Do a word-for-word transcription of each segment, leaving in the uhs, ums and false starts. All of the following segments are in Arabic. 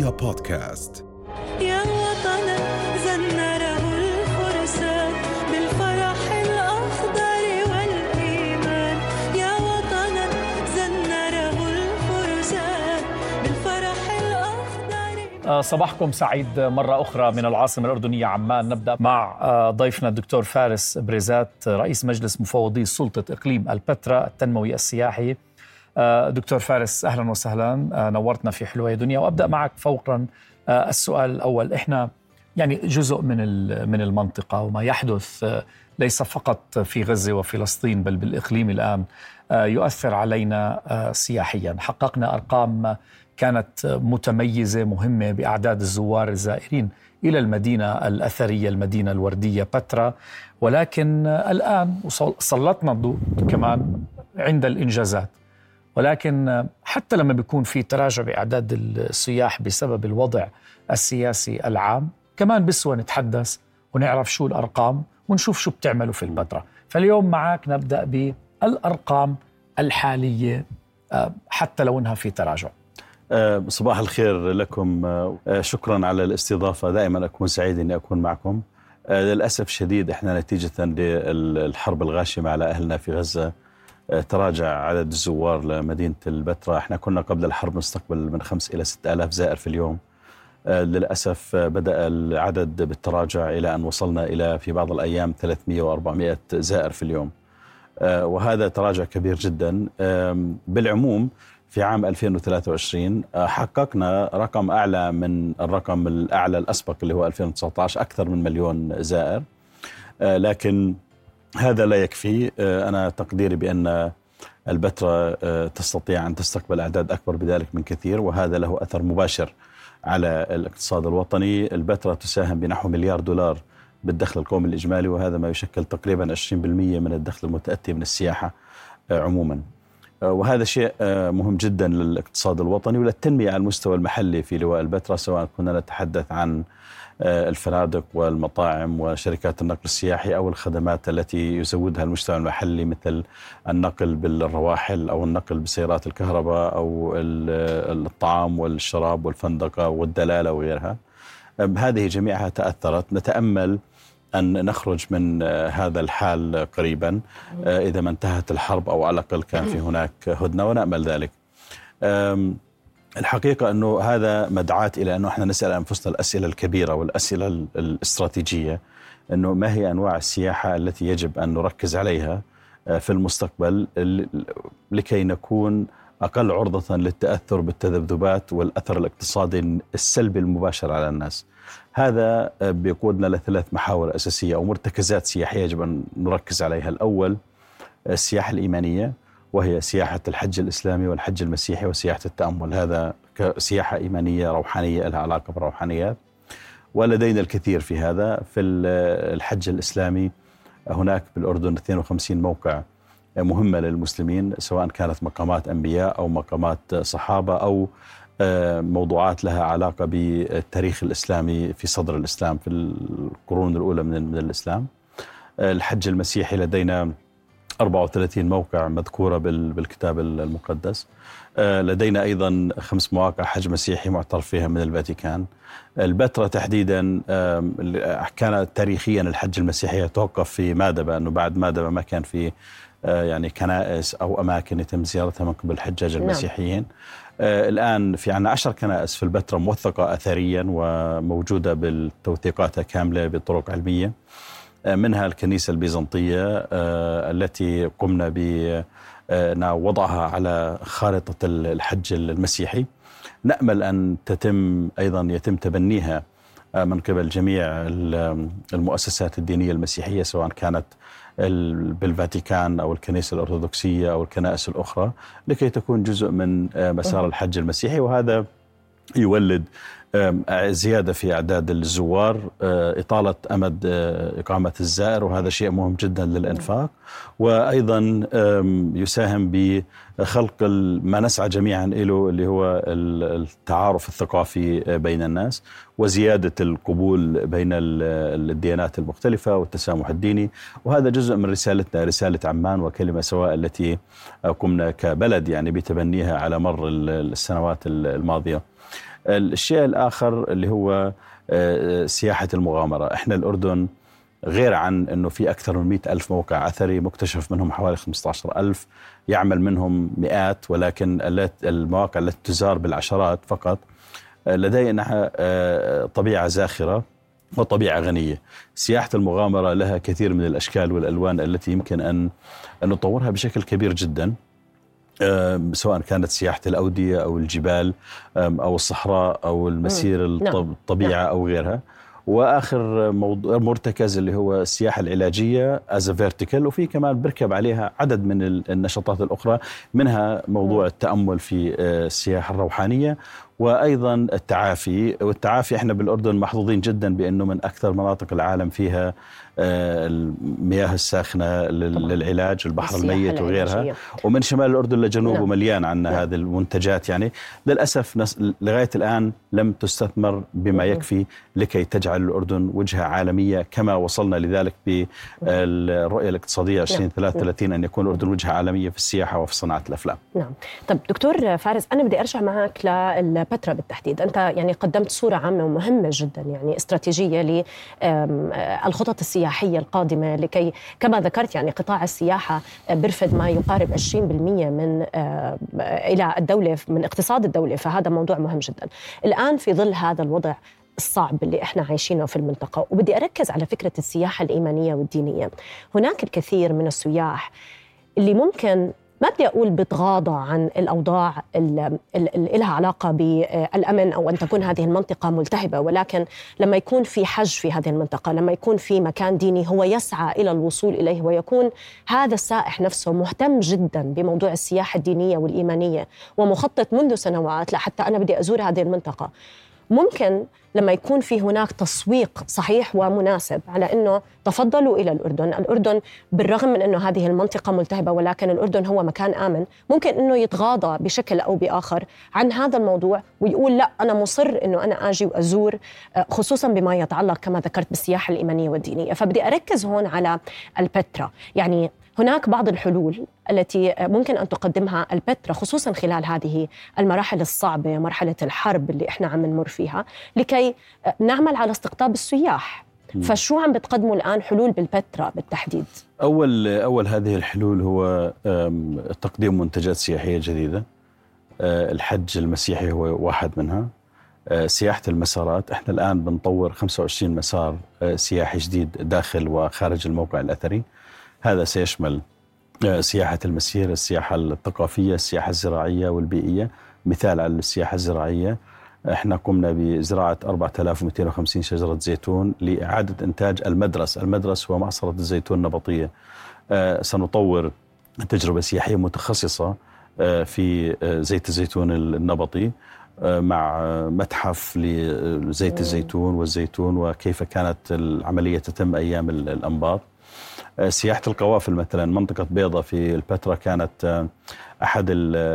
رؤيا بودكاست. يا وطن زنره الفرسان بالفرح الأخضر والإيمان، يا وطن زنره الفرسان بالفرح الأخضر. صباحكم سعيد مرة أخرى من العاصمة الأردنية عمان. نبدأ مع ضيفنا الدكتور فارس بريزات، رئيس مجلس مفوضي سلطة إقليم البتراء التنموي السياحي. دكتور فارس أهلا وسهلا، نورتنا في حلوة يا دنيا. وأبدأ معك فورا السؤال الأول. إحنا يعني جزء من من المنطقة، وما يحدث ليس فقط في غزة وفلسطين بل بالإقليم الآن يؤثر علينا سياحيا. حققنا أرقام كانت متميزة مهمة بأعداد الزوار الزائرين إلى المدينة الأثرية، المدينة الوردية بتراء، ولكن الآن سلطنا الضوء كمان عند الإنجازات. ولكن حتى لما بيكون في تراجع بأعداد السياح بسبب الوضع السياسي العام، كمان بسوى نتحدث ونعرف شو الأرقام ونشوف شو بتعملوا في البتراء. فاليوم معك نبدأ بالأرقام الحالية حتى لو إنها في تراجع. صباح الخير لكم، شكرا على الاستضافة. دائما أكون سعيد أني أكون معكم. للأسف الشديد إحنا نتيجة للحرب الغاشمة على أهلنا في غزة تراجع عدد الزوار لمدينة البتراء. احنا كنا قبل الحرب نستقبل من خمس إلى ستة آلاف زائر في اليوم. للأسف بدأ العدد بالتراجع إلى أن وصلنا إلى في بعض الأيام ثلاثمئة وأربعمئة زائر في اليوم، وهذا تراجع كبير جدا. بالعموم في عام ألفين وثلاثة وعشرين حققنا رقم أعلى من الرقم الأعلى الأسبق اللي هو ألفين وتسعة عشر، أكثر من مليون زائر، لكن هذا لا يكفي. أنا تقديري بأن البتراء تستطيع أن تستقبل أعداد أكبر بذلك من كثير، وهذا له أثر مباشر على الاقتصاد الوطني. البتراء تساهم بنحو مليار دولار بالدخل القومي الإجمالي، وهذا ما يشكل تقريبا عشرين بالمئة من الدخل المتأتي من السياحة عموما، وهذا شيء مهم جدا للاقتصاد الوطني وللتنمية على المستوى المحلي في لواء البتراء، سواء كنا نتحدث عن الفنادق والمطاعم وشركات النقل السياحي أو الخدمات التي يزودها المجتمع المحلي، مثل النقل بالرواحل أو النقل بسيارات الكهرباء أو الطعام والشراب والفندقة والدلالة وغيرها. هذه جميعها تأثرت. نتأمل أن نخرج من هذا الحال قريبا إذا ما انتهت الحرب، أو على الأقل كان في هناك هدنة، ونأمل ذلك. الحقيقة أنه هذا مدعاة إلى أنه احنا نسأل أنفسنا الأسئلة الكبيرة والأسئلة الاستراتيجية، أنه ما هي أنواع السياحة التي يجب أن نركز عليها في المستقبل لكي نكون أقل عرضة للتأثر بالتذبذبات والأثر الاقتصادي السلبي المباشر على الناس. هذا بيقودنا لثلاث محاور أساسية أو مرتكزات سياحية يجب أن نركز عليها. الأول السياحة الإيمانية، وهي سياحة الحج الإسلامي والحج المسيحي وسياحة التأمل. هذا سياحة إيمانية روحانية لها علاقة بالروحانيات، ولدينا الكثير في هذا. في الحج الإسلامي هناك بالأردن اثنين وخمسين موقع مهمة للمسلمين، سواء كانت مقامات أنبياء أو مقامات صحابة أو موضوعات لها علاقة بالتاريخ الإسلامي في صدر الإسلام في القرون الأولى من الإسلام. الحج المسيحي لدينا أربعة وثلاثين موقع مذكورة بالكتاب المقدس. لدينا أيضا خمس مواقع حج مسيحي معترف فيها من الفاتيكان. البتراء تحديدا كان تاريخيا الحج المسيحي يتوقف في مادبة، أنه بعد مادبة ما كان في يعني كنائس أو أماكن يتم زيارتها من قبل الحجاج المسيحيين. الآن في عنا عشر كنائس في البتراء موثقة أثريا وموجودة بالتوثيقاتها كاملة بطرق علمية، منها الكنيسة البيزنطية التي قمنا بوضعها على خارطة الحج المسيحي. نأمل أن تتم أيضا يتم تبنيها من قبل جميع المؤسسات الدينية المسيحية، سواء كانت بالفاتيكان أو الكنيسة الأرثوذكسية أو الكنائس الأخرى، لكي تكون جزء من مسار الحج المسيحي. وهذا يولد زيادة في أعداد الزوار، إطالة أمد إقامة الزائر، وهذا شيء مهم جدا للإنفاق، وأيضا يساهم بخلق ما نسعى جميعا إليه اللي هو التعارف الثقافي بين الناس وزيادة القبول بين الديانات المختلفة والتسامح الديني. وهذا جزء من رسالتنا، رسالة عمان وكلمة سواء التي قمنا كبلد يعني بتبنيها على مر السنوات الماضية. الشيء الآخر اللي هو سياحة المغامرة. إحنا الأردن غير عن أنه في أكثر من مئة ألف موقع أثري مكتشف منهم حوالي خمسة عشر ألف، يعمل منهم مئات، ولكن المواقع التي تزار بالعشرات فقط. لدينا طبيعة زاخرة وطبيعة غنية. سياحة المغامرة لها كثير من الأشكال والألوان التي يمكن أن نطورها بشكل كبير جدا، سواء كانت سياحة الأودية أو الجبال أو الصحراء أو المسير الطبيعة أو غيرها. وآخر موضوع مرتكز اللي هو السياحة العلاجية as a vertical، وفي كمان بركب عليها عدد من النشاطات الأخرى، منها موضوع التأمل في السياحة الروحانية وأيضا التعافي. والتعافي احنا بالأردن محظوظين جدا بأنه من أكثر مناطق العالم فيها المياه الساخنة للعلاج، البحر الميت وغيرها، ومن شمال الأردن لجنوبه نعم. مليان عنا نعم. هذه المنتجات. يعني للأسف نس... لغاية الآن لم تستثمر بما يكفي لكي تجعل الأردن وجهة عالمية، كما وصلنا لذلك بالرؤية الاقتصادية عشرين ثلاثة وثلاثين أن يكون الأردن وجهة عالمية في السياحة وفي صناعة الأفلام. نعم. طب دكتور فارس، أنا بدي أرجع معك للبتراء بالتحديد. أنت يعني قدمت صورة عامة ومهمة جدا، يعني استراتيجية للخطط السياحية السياحية القادمة، لكي كما ذكرت يعني قطاع السياحة برفد ما يقارب عشرين بالمئة من إلى الدولة من اقتصاد الدولة، فهذا موضوع مهم جدا. الآن في ظل هذا الوضع الصعب اللي احنا عايشينه في المنطقة، وبدي أركز على فكرة السياحة الإيمانية والدينية. هناك الكثير من السياح اللي ممكن ما بدي أقول بتغاضى عن الأوضاع اللي لها علاقة بالأمن أو أن تكون هذه المنطقة ملتهبة، ولكن لما يكون في حج في هذه المنطقة، لما يكون في مكان ديني هو يسعى إلى الوصول إليه، ويكون هذا السائح نفسه مهتم جدا بموضوع السياحة الدينية والإيمانية ومخطط منذ سنوات لحتى أنا بدي أزور هذه المنطقة. ممكن لما يكون في هناك تسويق صحيح ومناسب على أنه تفضلوا إلى الأردن، الأردن بالرغم من أنه هذه المنطقة ملتهبة ولكن الأردن هو مكان آمن، ممكن أنه يتغاضى بشكل أو بآخر عن هذا الموضوع ويقول لا أنا مصر أنه أنا آجي وأزور، خصوصا بما يتعلق كما ذكرت بالسياحة الإيمانية والدينية. فبدي أركز هون على البتراء. يعني هناك بعض الحلول التي ممكن أن تقدمها البتراء خصوصا خلال هذه المراحل الصعبة، مرحلة الحرب اللي إحنا عم نمر فيها، لكي نعمل على استقطاب السياح. فشو عم بتقدموا الآن حلول بالبتراء بالتحديد؟ أول أول هذه الحلول هو تقديم منتجات سياحية جديدة. الحج المسيحي هو واحد منها. سياحة المسارات، احنا الآن بنطور خمسة وعشرين مسار سياحي جديد داخل وخارج الموقع الأثري. هذا سيشمل سياحة المسير، السياحة الثقافية، السياحة الزراعية والبيئية. مثال على السياحة الزراعية، احنا قمنا بزراعة أربعة آلاف ومئتين وخمسين شجرة زيتون لإعادة إنتاج المدرس. المدرس هو معصرة الزيتون النبطية. آه سنطور تجربة سياحية متخصصة آه في آه زيت الزيتون النبطي، آه مع متحف لزيت الزيتون والزيتون وكيف كانت العملية تتم أيام الأنباط. سياحة القوافل مثلا، منطقة بيضة في البتراء كانت أحد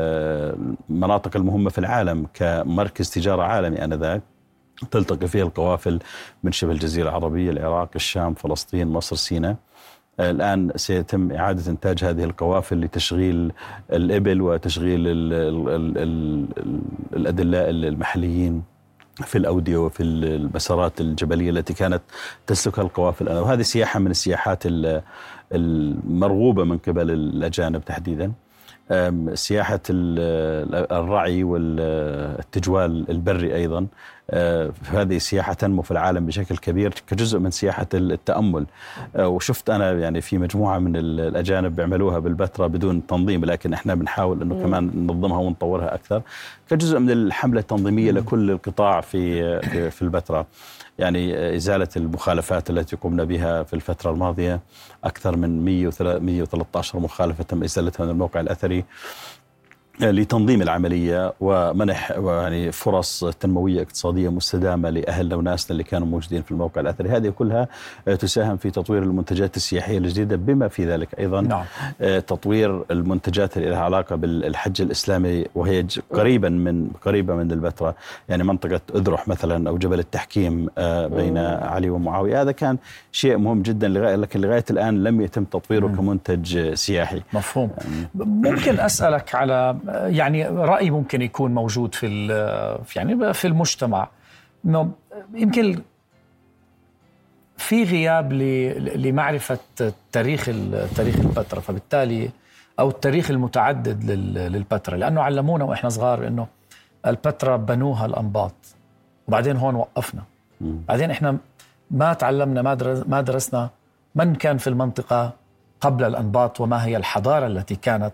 المناطق المهمة في العالم كمركز تجارة عالمي آنذاك، تلتقي فيها القوافل من شبه الجزيرة العربية، العراق، الشام، فلسطين، مصر، سيناء. الآن سيتم إعادة إنتاج هذه القوافل لتشغيل الإبل وتشغيل ال ال ال الأدلاء المحليين في الأودية وفي المسارات الجبلية التي كانت تسلكها القوافل. وهذه سياحة من السياحات المرغوبة من قبل الأجانب تحديدا. سياحة الرعي والتجوال البري أيضا، هذه سياحة تنمو في العالم بشكل كبير كجزء من سياحة التأمل. وشفت أنا يعني في مجموعة من الأجانب بيعملوها بالبتراء بدون تنظيم، لكن إحنا بنحاول أنه كمان ننظمها ونطورها أكثر كجزء من الحملة التنظيمية لكل القطاع في في البتراء. يعني إزالة المخالفات التي قمنا بها في الفترة الماضية، أكثر من مئة وثلاثة عشر مخالفة تم إزالتها من الموقع الأثري لتنظيم العملية ومنح يعني فرص تنموية اقتصادية مستدامة لأهلنا وناسنا اللي كانوا موجودين في الموقع الأثري. هذه كلها تساهم في تطوير المنتجات السياحية الجديدة، بما في ذلك أيضا نعم. تطوير المنتجات اللي لها علاقة بالحج الإسلامي، وهي قريبا من قريبة من البتراء. يعني منطقة أذرح مثلا أو جبل التحكيم بين علي ومعاوية، هذا كان شيء مهم جدا لغاية، لكن لغاية الآن لم يتم تطويره مم. كمنتج سياحي. مفهوم. ممكن أسألك على يعني رأي ممكن يكون موجود في يعني في المجتمع، إنه يمكن في غياب لمعرفة تاريخ تاريخ البتراء، فبالتالي أو التاريخ المتعدد للبتراء، لأنه علمونا وإحنا صغار إنه البتراء بنوها الأنباط وبعدين هون وقفنا. بعدين إحنا ما تعلمنا ما درسنا من كان في المنطقة قبل الأنباط وما هي الحضارة التي كانت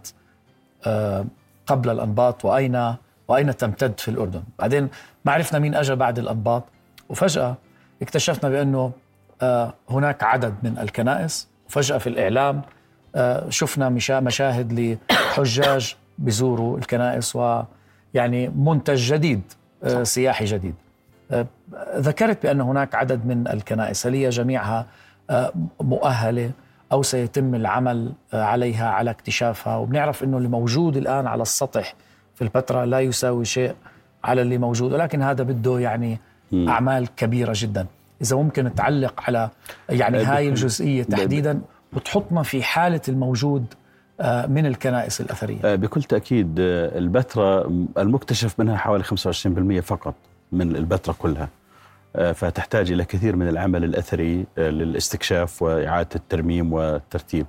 قبل الأنباط وأين وأين تمتد في الأردن. بعدين ما عرفنا مين أجا بعد الأنباط، وفجأة اكتشفنا بأنه هناك عدد من الكنائس، وفجأة في الإعلام شفنا مشاهد لحجاج بيزوروا الكنائس، ويعني منتج جديد سياحي جديد. ذكرت بأن هناك عدد من الكنائس هي جميعها مؤهلة أو سيتم العمل عليها على اكتشافها، وبنعرف أنه اللي موجود الآن على السطح في البتراء لا يساوي شيء على اللي موجود، ولكن هذا بده يعني م. أعمال كبيرة جدا. إذا ممكن تعلق على يعني هاي الجزئية تحديدا وتحطنا في حالة الموجود من الكنائس الأثرية. بكل تأكيد البتراء المكتشف منها حوالي خمسة وعشرين بالمئة فقط من البتراء كلها، فتحتاج إلى كثير من العمل الأثري للاستكشاف وإعادة الترميم والترتيب.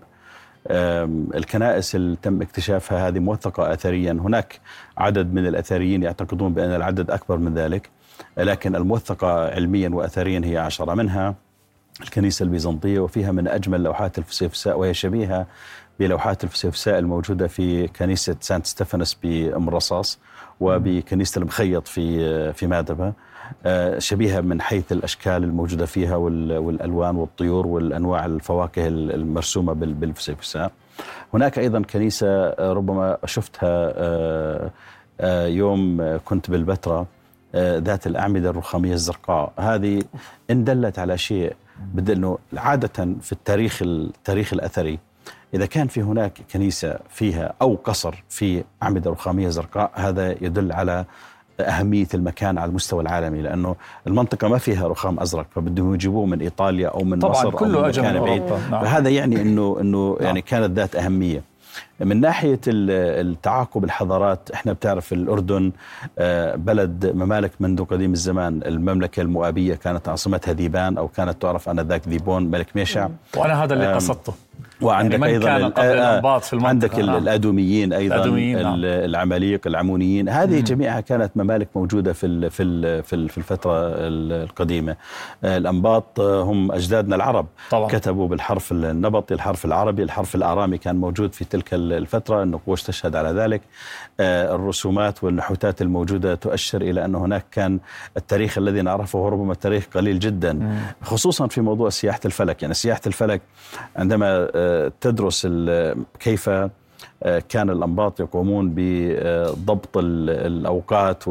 الكنائس اللي تم اكتشافها هذه موثقة أثريا، هناك عدد من الأثريين يعتقدون بأن العدد أكبر من ذلك، لكن الموثقة علميا وأثريا هي عشرة، منها الكنيسة البيزنطية وفيها من أجمل لوحات الفسيفساء، وهي شبيهة بلوحات الفسيفساء الموجودة في كنيسة سانت ستيفانس بأم الرصاص وبكنيسة المخيط في في مادبة، شبيهة من حيث الأشكال الموجودة فيها والألوان والطيور والأنواع الفواكه المرسومة بالفسيفساء. هناك أيضا كنيسة ربما شفتها يوم كنت بالبتراء ذات الأعمدة الرخامية الزرقاء. هذه إن دلت على شيء بدل أنه عادة في التاريخ التاريخ الأثري إذا كان في هناك كنيسة فيها أو قصر في أعمدة رخامية زرقاء، هذا يدل على أهمية المكان على المستوى العالمي، لأنه المنطقة ما فيها رخام أزرق، فبدهم يجيبوه من إيطاليا أو من مصر أو من مكان بعيد. نعم. فهذا يعني أنه أنه يعني كانت ذات أهمية. من ناحية التعاقب الحضارات، احنا بتعرف الأردن بلد ممالك منذ قديم الزمان. المملكة المؤابية كانت عاصمتها ذيبان، أو كانت تعرف آنذاك ذيبون ملك ميشع، وأنا هذا اللي قصدته. وعندك يعني أيضا في المنطقة. عندك نعم. الأدوميين أيضا، الأدوميين نعم. العماليق، العمونيين، هذه جميعها كانت ممالك موجودة في في في الفترة القديمة. الأنباط هم أجدادنا العرب طبعا. كتبوا بالحرف النبطي، الحرف العربي، الحرف الآرامي كان موجود في تلك الفترة، النقوش تشهد على ذلك. الرسومات والنحوتات الموجودة تؤشر إلى أن هناك كان التاريخ الذي نعرفه ربما تاريخ قليل جدا، خصوصا في موضوع سياحة الفلك. يعني سياحة الفلك عندما تدرس كيف كان الأنباط يقومون بضبط الأوقات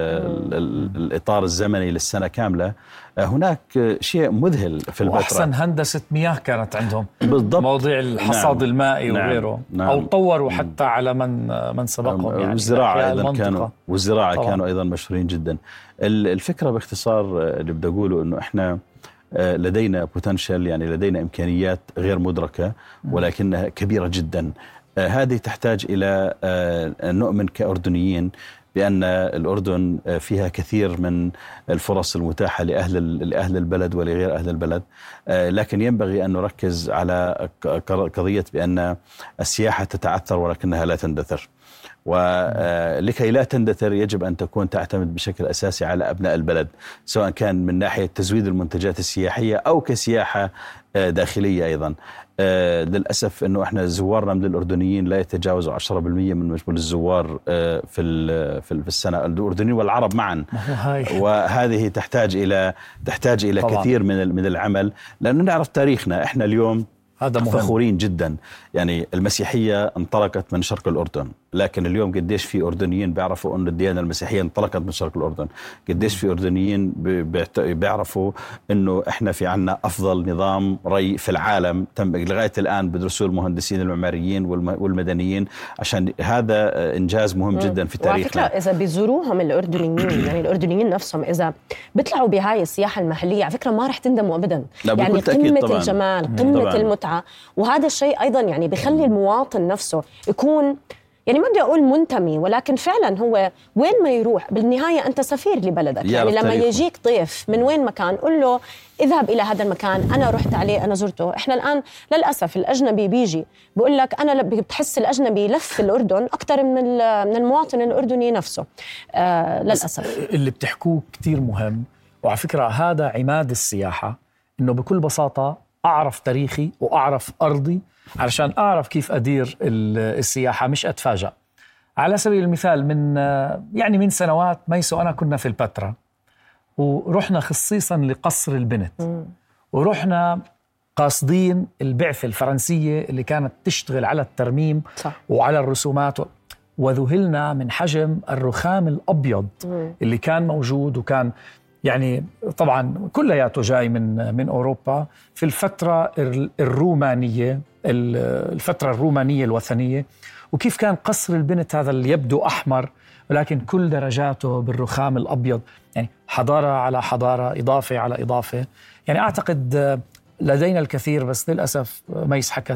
والإطار الزمني للسنة كاملة، هناك شيء مذهل في البتراء. وأحسن هندسة مياه كانت عندهم بالضبط، مواضيع الحصاد نعم. المائي نعم. وغيره نعم. أو طوروا حتى على من من سبقهم يعني. والزراعة أيضا كانوا والزراعة طبعا. كانوا أيضا مشهورين جدا. الفكرة باختصار اللي بدي أقوله إنه إحنا لدينا بوتنشل، يعني لدينا إمكانيات غير مدركة ولكنها كبيرة جدا. هذه تحتاج إلى أن نؤمن كأردنيين بأن الأردن فيها كثير من الفرص المتاحة لأهل لأهل البلد ولغير أهل البلد، لكن ينبغي أن نركز على قضية بأن السياحة تتعثر ولكنها لا تندثر، ولكي لا تندثر يجب أن تكون تعتمد بشكل أساسي على أبناء البلد، سواء كان من ناحية تزويد المنتجات السياحية أو كسياحة داخلية أيضا. آه للأسف أنه إحنا زوارنا من الأردنيين لا يتجاوزوا عشرة بالمئة من مجموع الزوار آه في في السنة، الأردنيين والعرب معا. وهذه تحتاج إلى تحتاج إلى طبعا. كثير من من العمل، لأنه نعرف تاريخنا. إحنا اليوم هذا فخورين جدا، يعني المسيحية انطلقت من شرق الأردن، لكن اليوم قديش في أردنيين بيعرفوا أن الديانة المسيحية انطلقت من شرق الأردن، قديش في أردنيين بيعرفوا أنه إحنا في عنا أفضل نظام ري في العالم، تم لغاية الآن بدرسوا المهندسين المعماريين والمدنيين، عشان هذا إنجاز مهم جدا في تاريخنا. وعلى فكرة إذا بيزوروهم الأردنيين يعني الأردنيين نفسهم إذا بيطلعوا بهاي السياحة المحلية على فكرة ما رح تندموا أبدا، يعني قمة طبعاً. الجمال، قمة طبعاً. المتعة، وهذا الشيء أيضا يعني بيخلي المواطن نفسه يكون يعني ما بدي أقول منتمي، ولكن فعلا هو وين ما يروح بالنهاية أنت سفير لبلدك. يعني لما تاريخه. يجيك ضيف من وين مكان قل له اذهب إلى هذا المكان، أنا رحت عليه، أنا زرته. إحنا الآن للأسف الأجنبي بيجي بقول لك أنا بتحس الأجنبي لف الأردن أكثر من من المواطن الأردني نفسه. آه للأسف اللي بتحكوه كتير مهم، وعلى فكرة هذا عماد السياحة، إنه بكل بساطة أعرف تاريخي وأعرف أرضي علشان أعرف كيف أدير السياحة، مش أتفاجأ. على سبيل المثال من يعني من سنوات ميسو أنا كنا في البتراء ورحنا خصيصا لقصر البنت، ورحنا قاصدين البعثة الفرنسية اللي كانت تشتغل على الترميم صح. وعلى الرسومات، وذهلنا من حجم الرخام الأبيض اللي كان موجود، وكان يعني طبعا كلياته جاي من من أوروبا في الفترة الرومانية، الفترة الرومانية الوثنية، وكيف كان قصر البنت هذا اللي يبدو أحمر ولكن كل درجاته بالرخام الأبيض، يعني حضارة على حضارة، إضافة على إضافة. يعني أعتقد لدينا الكثير، بس للأسف ميس حكت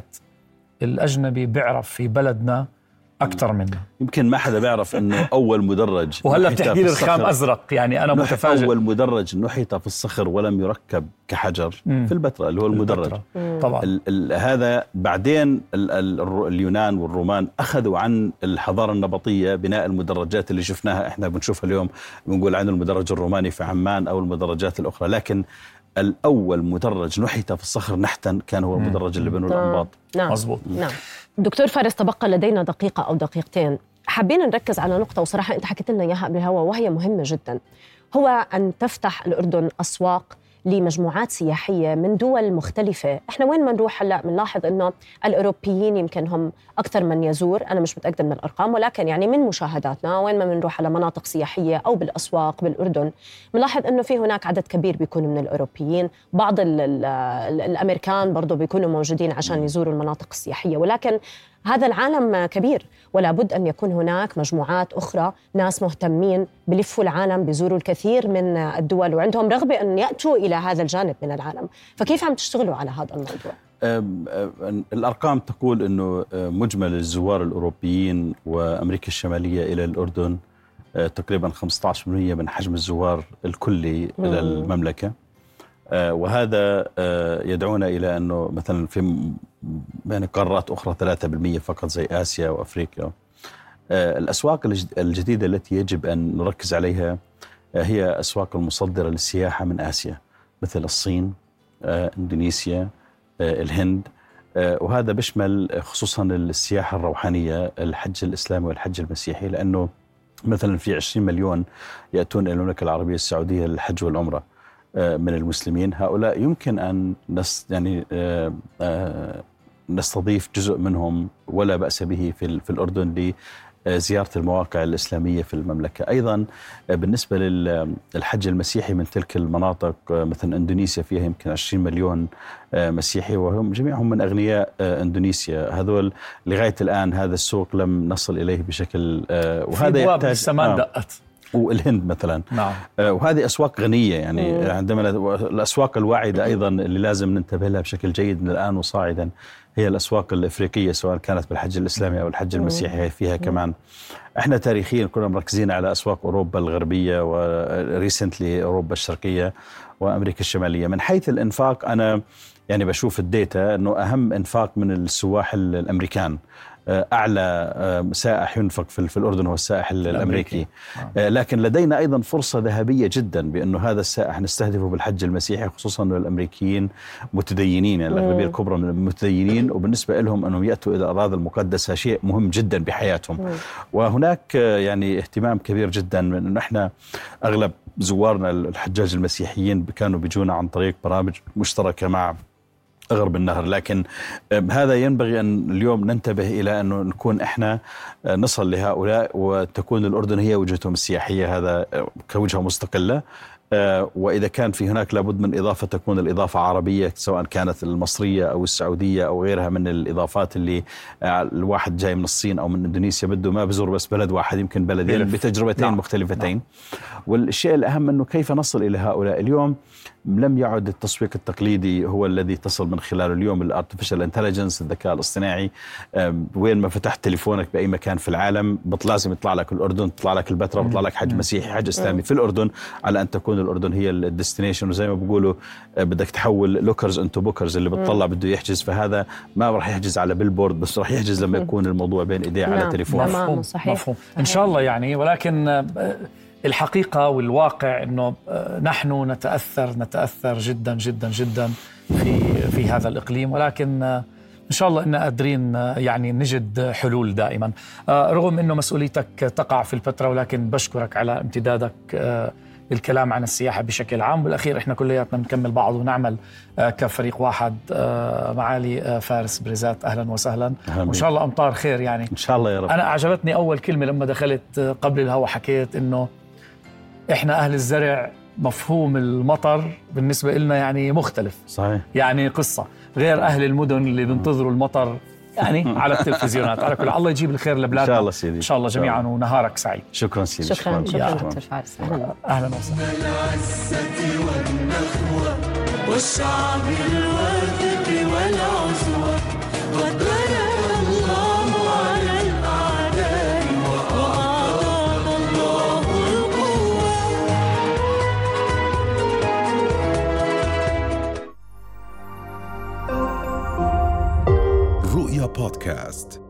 الأجنبي بيعرف في بلدنا أكثر منا. يمكن ما حدا بيعرف أنه أول مدرج وهلا بتحكي لي رخام أزرق، يعني أنا متفاجئ. أول مدرج نحت في الصخر ولم يركب كحجر مم. في البتراء اللي هو المدرج طبعا. ال ال هذا بعدين ال ال اليونان والرومان أخذوا عن الحضارة النبطية بناء المدرجات اللي شفناها إحنا بنشوفها اليوم، بنقول عنه المدرج الروماني في عمان أو المدرجات الأخرى، لكن الأول مدرج نحت في الصخر نحتا كان هو المدرج اللي بنوا الأنباط. نعم. مزبوط. نعم. دكتور فارس، تبقى لدينا دقيقة أو دقيقتين، حابين نركز على نقطة وصراحة أنت حكيت لنا إياها قبل الهواء وهي مهمة جدا، هو أن تفتح الأردن أسواق لمجموعات سياحية من دول مختلفة. إحنا وين ما نروح هلأ بنلاحظ أنه الأوروبيين يمكن هم أكثر من يزور، أنا مش متأكدة من الأرقام، ولكن يعني من مشاهداتنا وين ما بنروح على مناطق سياحية أو بالأسواق بالأردن بنلاحظ أنه في هناك عدد كبير بيكونوا من الأوروبيين، بعض ال ال الأمريكان برضو بيكونوا موجودين عشان يزوروا المناطق السياحية، ولكن هذا العالم كبير ولا بد أن يكون هناك مجموعات أخرى، ناس مهتمين بلفوا العالم، بيزوروا الكثير من الدول وعندهم رغبة أن يأتوا إلى هذا الجانب من العالم. فكيف عم تشتغلوا على هذا الموضوع؟ الأرقام تقول أنه مجمل الزوار الأوروبيين وأمريكا الشمالية إلى الأردن تقريبا خمسة عشر بالمئة من حجم الزوار الكلي مم. إلى المملكة، وهذا يدعونا إلى أنه مثلا في يعني قارات أخرى ثلاثة بالمئة فقط زي آسيا وأفريقيا. الأسواق الجديدة التي يجب أن نركز عليها هي أسواق المصدرة للسياحة من آسيا، مثل الصين، إندونيسيا، الهند، وهذا بيشمل خصوصا السياحة الروحانية، الحج الإسلامي والحج المسيحي، لأنه مثلا في عشرين مليون يأتون إلى المملكة العربية السعودية للحج والعمرة من المسلمين. هؤلاء يمكن أن نس يعني نستضيف جزء منهم ولا بأس به في في الأردن لزيارة المواقع الإسلامية في المملكة. أيضا بالنسبة للحج المسيحي من تلك المناطق، مثلا إندونيسيا فيها يمكن عشرين مليون مسيحي وهم جميعهم من أغنياء إندونيسيا. هذول لغاية الآن هذا السوق لم نصل إليه بشكل، وهذا يحتاج السمان آه دقت. والهند مثلا نعم. آه وهذه أسواق غنية، يعني مم. عندما الأسواق الواعدة أيضا اللي لازم ننتبه لها بشكل جيد من الآن وصاعدا هي الأسواق الإفريقية، سواء كانت بالحج الإسلامي أو الحج المسيحي فيها كمان. احنا تاريخيا كنا مركزين على أسواق أوروبا الغربية وريسنتلي أوروبا الشرقية وأمريكا الشمالية. من حيث الإنفاق أنا يعني بشوف الديتا أنه أهم إنفاق من السواح الأمريكان، أعلى سائح ينفق في الأردن هو السائح الأمريكي، لكن لدينا أيضا فرصة ذهبية جدا بأنه هذا السائح نستهدفه بالحج المسيحي، خصوصا أن الأمريكيين متدينين، يعني الأغلبية الكبرى من المتدينين، وبالنسبة لهم أنهم يأتوا إلى الأراضي المقدسة شيء مهم جدا بحياتهم. وهناك يعني اهتمام كبير جدا من أنه إحنا أغلب زوارنا الحجاج المسيحيين كانوا بيجونا عن طريق برامج مشتركة مع غرب النهر، لكن هذا ينبغي أن اليوم ننتبه إلى أنه نكون إحنا نصل لهؤلاء وتكون الأردن هي وجهتهم السياحية، هذا كوجهة مستقلة. وإذا كان في هناك لابد من إضافة تكون الإضافة عربية، سواء كانت المصرية أو السعودية أو غيرها من الإضافات اللي الواحد جاي من الصين أو من إندونيسيا بده ما بزور بس بلد واحد، يمكن بلدين بتجربتين نعم. مختلفتين. والشيء الأهم أنه كيف نصل إلى هؤلاء. اليوم لم يعد التسويق التقليدي هو الذي تصل من خلاله اليوم. الارتفيشال انتليجنس، الذكاء الاصطناعي، وين ما فتحت تليفونك بأي مكان في العالم لازم يطلع لك الأردن، تطلع لك البتراء، بيطلع لك حج مسيحي، حج إسلامي في الأردن، على أن تكون الأردن هي الديستنيشن. وزي ما بيقولوا بدك تحول لوكرز انتو بوكرز، اللي بتطلع بده يحجز، فهذا ما راح يحجز على بيلبورد، بس راح يحجز لما يكون الموضوع بين ايديه على تليفون. مفهوم. صحيح. مفهوم. ان شاء الله يعني. ولكن الحقيقة والواقع أنه نحن نتأثر نتأثر جدا جدا جدا في في هذا الإقليم، ولكن إن شاء الله إن قادرين يعني نجد حلول دائما، رغم أنه مسؤوليتك تقع في البتراء. ولكن بشكرك على امتدادك للكلام عن السياحة بشكل عام. بالأخير إحنا كلياتنا بنكمل بعض ونعمل كفريق واحد. معالي فارس بريزات، أهلا وسهلا، وإن شاء الله أمطار خير يعني إن شاء الله يا رب. أنا أعجبتني أول كلمة لما دخلت قبل الهوا، حكيت إنه إحنا أهل الزرع مفهوم المطر بالنسبة لنا يعني مختلف. صحيح. يعني قصة غير أهل المدن اللي بينتظروا المطر يعني على التلفزيونات. على كل، الله يجيب الخير لبلادنا إن شاء الله سيدي، إن شاء الله جميعا، ونهارك سعيد. شكرا سيدي. شكرا شكرا دكتور فارس. أهلا أهلا وسهلا. العزة والنخوة والشعب الواثق والعزوة، قد غلب الله على الأعداء وأعطانا الله القوة. رؤيا بودكاست.